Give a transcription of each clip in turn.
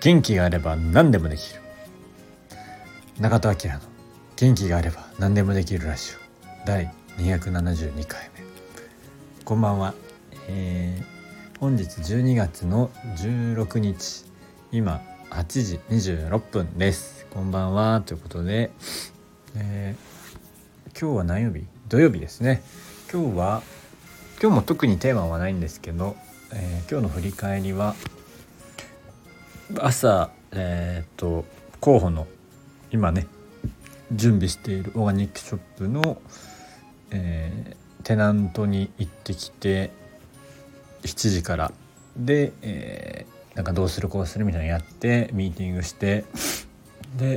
元気があれば何でもできる。中戸明の元気があれば何でもできるラジオ第272回目。こんばんは。本日12月の16日、今8時26分です。こんばんはということで、今日は何曜日？土曜日ですね。今日も特にテーマはないんですけど、今日の振り返りは朝、候補の今ね準備しているオーガニックショップの、テナントに行ってきて7時からで、なんかどうするこうするみたいなのやってミーティングしてで、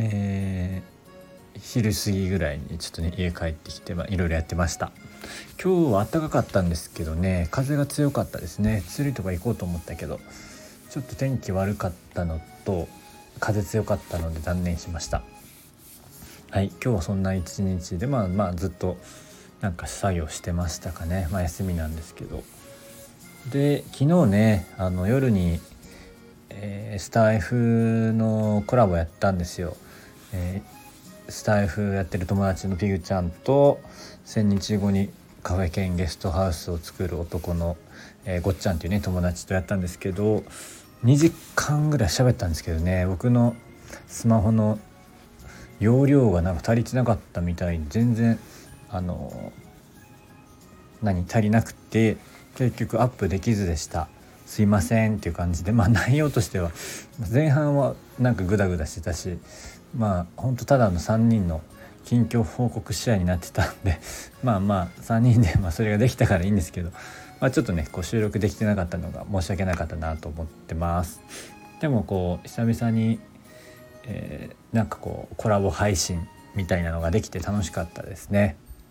昼過ぎぐらいにちょっとね家帰ってきていろいろやってました。今日は暖かかったんですけどね、風が強かったですね。釣りとか行こうと思ったけどちょっと天気悪かったのと風強かったので断念しました。はい、今日はそんな一日でずっとなんか作業してましたかね。休みなんですけど、で昨日ね夜に、スタイフのコラボやったんですよ。スタイフやってる友達のピグちゃんと1000日後にカフェ兼ゲストハウスを作る男の、ごっちゃんっていうね友達とやったんですけど、2時間ぐらい喋ったんですけどね、僕のスマホの容量がなんか足りてなかったみたいに全然足りなくて結局アップできずでした。すいませんっていう感じで、内容としては前半はなんかグダグダしてたし、ほんとただの3人の近況報告試合になってたんで3人でそれができたからいいんですけど、ちょっとね収録できてなかったのが申し訳なかったなと思ってます。でも久々に、コラボ配信みたいなのができて楽しかったですね。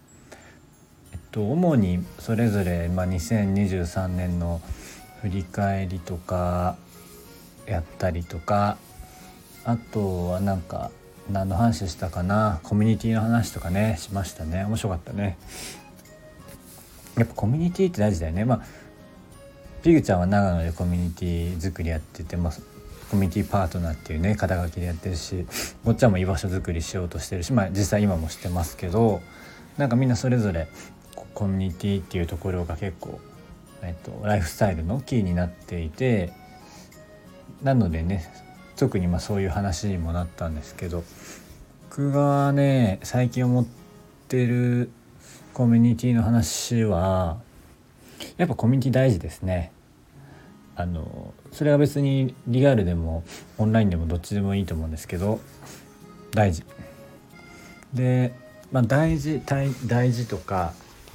主にそれぞれ、2023年の振り返りとかやったりとか、あとは何の話したかな、コミュニティの話とかねしましたね。面白かったね。やっぱコミュニティって大事だよね。ピグちゃんは長野でコミュニティ作りやってて、コミュニティパートナーっていうね肩書きでやってるし、ごっちゃんも居場所作りしようとしてるし、実際今もしてますけど、みんなそれぞれコミュニティっていうところが結構、ライフスタイルのキーになっていて、なのでね特にそういう話にもなったんですけど、僕がね最近思ってるコミュニティの話はやっぱコミュニティ大事ですね。それは別にリアルでもオンラインでもどっちでもいいと思うんですけど、大事で、大事とか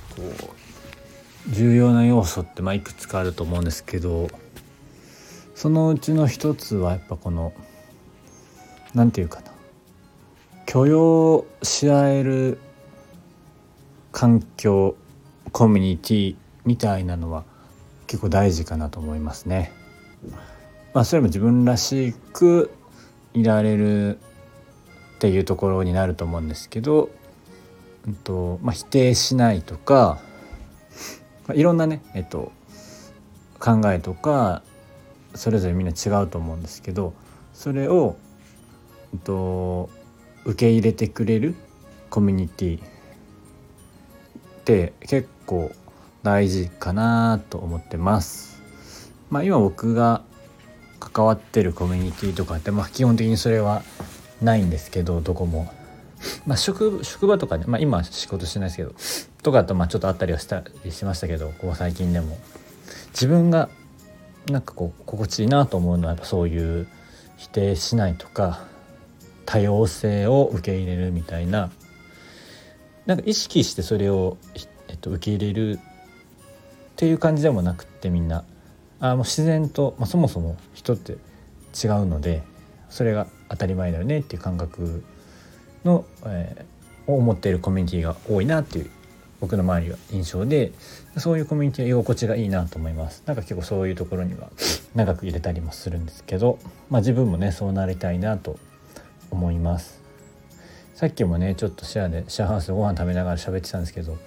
重要な要素っていくつかあると思うんですけど、そのうちの一つはやっぱなんていうかな、許容し合える環境、コミュニティみたいなのは結構大事かなと思いますね。それも自分らしくいられるっていうところになると思うんですけど、否定しないとか、いろんなね、考えとかそれぞれみんな違うと思うんですけど、それを、受け入れてくれるコミュニティって結構大事かなと思ってます。今僕が関わってるコミュニティとかって基本的にそれはないんですけど、どこも職場とかね、今は仕事してないですけどとかとちょっとあったりはしたりしましたけど、最近でも自分が心地いいなと思うのはやっぱそういう否定しないとか多様性を受け入れるみたいな、意識してそれを、受け入れるっていう感じでもなくって、みんなもう自然と、そもそも人って違うのでそれが当たり前だよねっていう感覚の、を持っているコミュニティが多いなっていう僕の周りは印象で、そういうコミュニティは居心地がいいなと思います。結構そういうところには長く入れたりもするんですけど、自分もねそうなりたいなと思います。さっきもねちょっとシェアハウスでご飯食べながら喋ってたんですけど、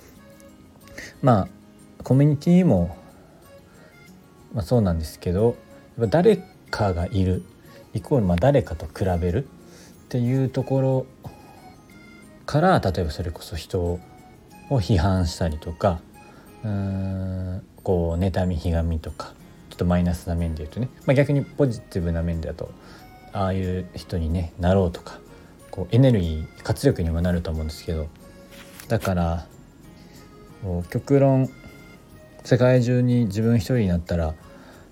コミュニティも、そうなんですけど、やっぱ誰かがいるっイコール誰かと比べるっていうところから、例えばそれこそ人を批判したりとか、こう妬みひがみとか、ちょっとマイナスな面で言うとね、逆にポジティブな面だとああいう人に、ね、なろうとか、こうエネルギー活力にもなると思うんですけど、だから極論世界中に自分一人になったら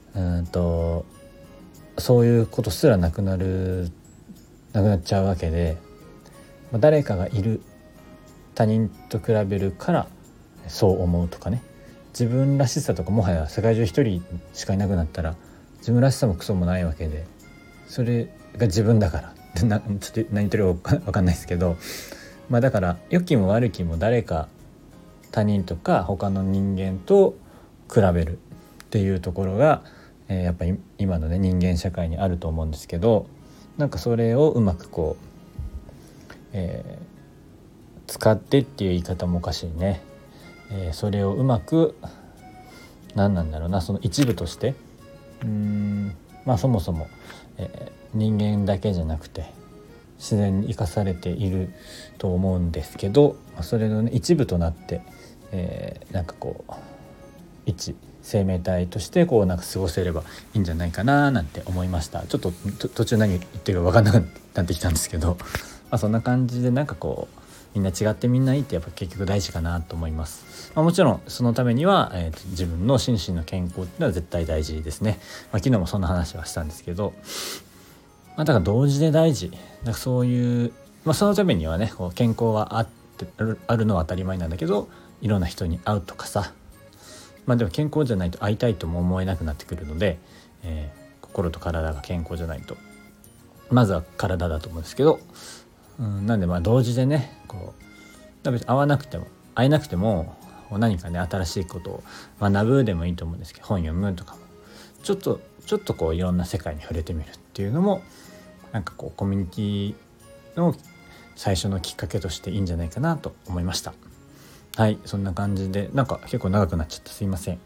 そういうことすらなくなっちゃうわけで、誰かがいる、他人と比べるからそう思うとかね、自分らしさとかもはや世界中一人しかいなくなったら自分らしさもクソもないわけで、それが自分だからちょっと何言ってるか分かんないですけど、だから良きも悪きも誰か他人とか他の人間と比べるっていうところが、やっぱり今のね人間社会にあると思うんですけど、なんかそれをうまくこう、使ってっていう言い方もおかしいね、それをうまく何なんだろうな、その一部としてそもそも、人間だけじゃなくて自然に生かされていると思うんですけど、それの、ね、一部となって、なんかこう一生命体としてこうなんか過ごせればいいんじゃないかななんて思いました。ちょっと途中何言ってるか分かんなくなってきたんですけど、そんな感じでなんかこうみんな違ってみんないいってやっぱ結局大事かなと思います。もちろんそのためには、自分の心身の健康っていうのは絶対大事ですね。昨日もそんな話はしたんですけど、だから同時で大事。だからそういう、そのためにはねこう健康はあるのは当たり前なんだけど、いろんな人に会うとかさ、でも健康じゃないと会いたいとも思えなくなってくるので、心と体が健康じゃないとまずは体だと思うんですけど、なんで同時でねこう会えなくても何かね新しいことを学ぶでもいいと思うんですけど、本読むとかもちょっとこういろんな世界に触れてみるっていうのもなんかこうコミュニティの最初のきっかけとしていいんじゃないかなと思いました。はい、そんな感じでなんか結構長くなっちゃってすいません。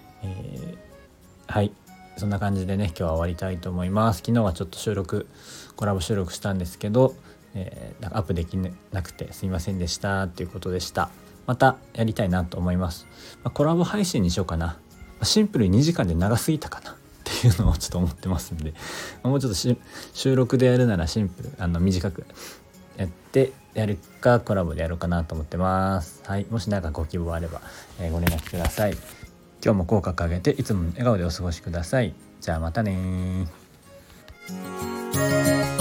はい、そんな感じでね今日は終わりたいと思います。昨日はちょっとコラボ収録したんですけど、アップできなくてすいませんでしたということでした。またやりたいなと思います。コラボ配信にしようかな。シンプルに2時間で長すぎたかなっていうのをちょっと思ってますんで、もうちょっと収録でやるならシンプル短くやってやるかコラボでやろうかなと思ってます。はい、もし何かご希望あれば、ご連絡ください。今日も口角上げていつもの笑顔でお過ごしください。じゃあまたね。